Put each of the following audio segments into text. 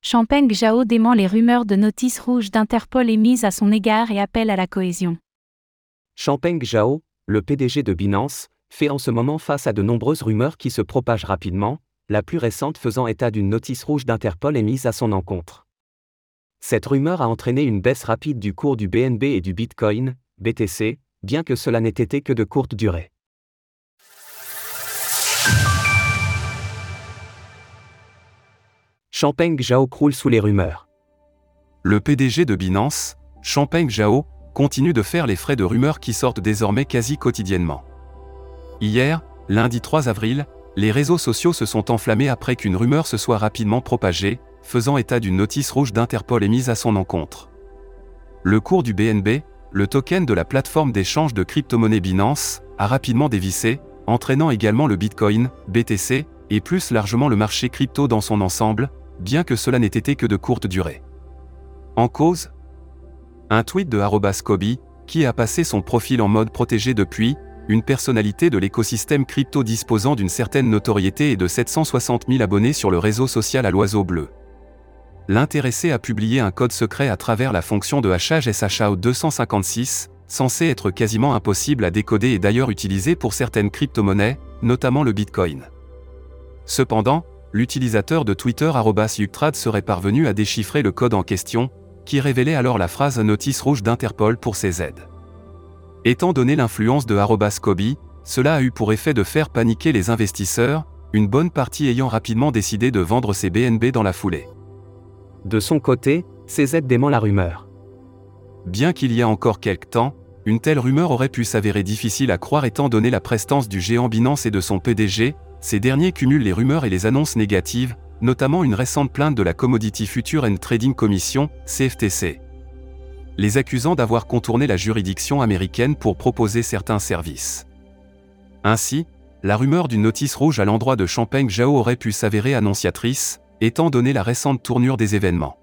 Changpeng Zhao dément les rumeurs de notices rouges d'Interpol émises à son égard et appelle à la cohésion. Changpeng Zhao, le PDG de Binance, fait en ce moment face à de nombreuses rumeurs qui se propagent rapidement, la plus récente faisant état d'une notice rouge d'Interpol émise à son encontre. Cette rumeur a entraîné une baisse rapide du cours du BNB et du Bitcoin, BTC, bien que cela n'ait été que de courte durée. Changpeng Zhao croule sous les rumeurs. Le PDG de Binance, Changpeng Zhao, continue de faire les frais de rumeurs qui sortent désormais quasi quotidiennement. Hier, lundi 3 avril, les réseaux sociaux se sont enflammés après qu'une rumeur se soit rapidement propagée, faisant état d'une notice rouge d'Interpol émise à son encontre. Le cours du BNB, le token de la plateforme d'échange de crypto-monnaies Binance, a rapidement dévissé, entraînant également le Bitcoin, BTC, et plus largement le marché crypto dans son ensemble, bien que cela n'ait été que de courte durée. En cause, un tweet de @Kobe, qui a passé son profil en mode protégé depuis, une personnalité de l'écosystème crypto disposant d'une certaine notoriété et de 760 000 abonnés sur le réseau social à l'oiseau bleu. L'intéressé a publié un code secret à travers la fonction de hachage SHA-256, censé être quasiment impossible à décoder et d'ailleurs utilisé pour certaines crypto-monnaies, notamment le Bitcoin. Cependant, l'utilisateur de Twitter @Yuctrad serait parvenu à déchiffrer le code en question, qui révélait alors la phrase notice rouge d'Interpol pour ces aides. Étant donné l'influence de @Kobe, cela a eu pour effet de faire paniquer les investisseurs, une bonne partie ayant rapidement décidé de vendre ses BNB dans la foulée. De son côté, CZ dément la rumeur. Bien qu'il y a encore quelque temps, une telle rumeur aurait pu s'avérer difficile à croire étant donné la prestance du géant Binance et de son PDG, ces derniers cumulent les rumeurs et les annonces négatives, notamment une récente plainte de la Commodity Futures and Trading Commission, CFTC, les accusant d'avoir contourné la juridiction américaine pour proposer certains services. Ainsi, la rumeur d'une notice rouge à l'endroit de Changpeng Zhao aurait pu s'avérer annonciatrice, étant donné la récente tournure des événements.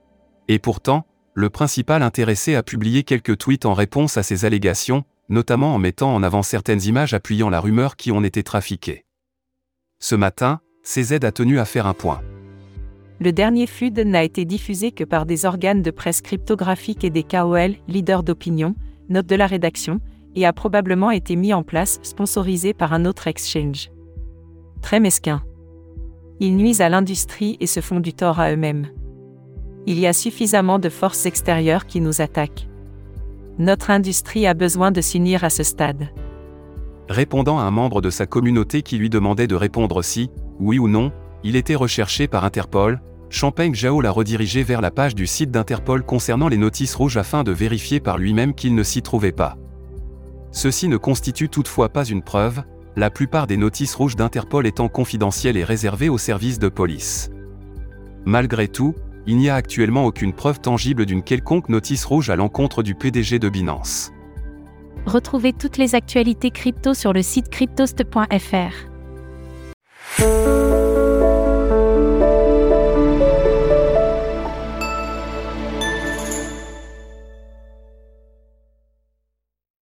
Et pourtant, le principal intéressé a publié quelques tweets en réponse à ces allégations, notamment en mettant en avant certaines images appuyant la rumeur qui ont été trafiquées. Ce matin, CZ a tenu à faire un point. Le dernier FUD n'a été diffusé que par des organes de presse cryptographique et des KOL, leaders d'opinion, note de la rédaction, et a probablement été mis en place, sponsorisé par un autre exchange. Très mesquin. Ils nuisent à l'industrie et se font du tort à eux-mêmes. Il y a suffisamment de forces extérieures qui nous attaquent. Notre industrie a besoin de s'unir à ce stade. Répondant à un membre de sa communauté qui lui demandait de répondre si, oui ou non, il était recherché par Interpol, Changpeng Zhao l'a redirigé vers la page du site d'Interpol concernant les notices rouges afin de vérifier par lui-même qu'il ne s'y trouvait pas. Ceci ne constitue toutefois pas une preuve, la plupart des notices rouges d'Interpol étant confidentielles et réservées aux services de police. Malgré tout, il n'y a actuellement aucune preuve tangible d'une quelconque notice rouge à l'encontre du PDG de Binance. Retrouvez toutes les actualités crypto sur le site cryptost.fr.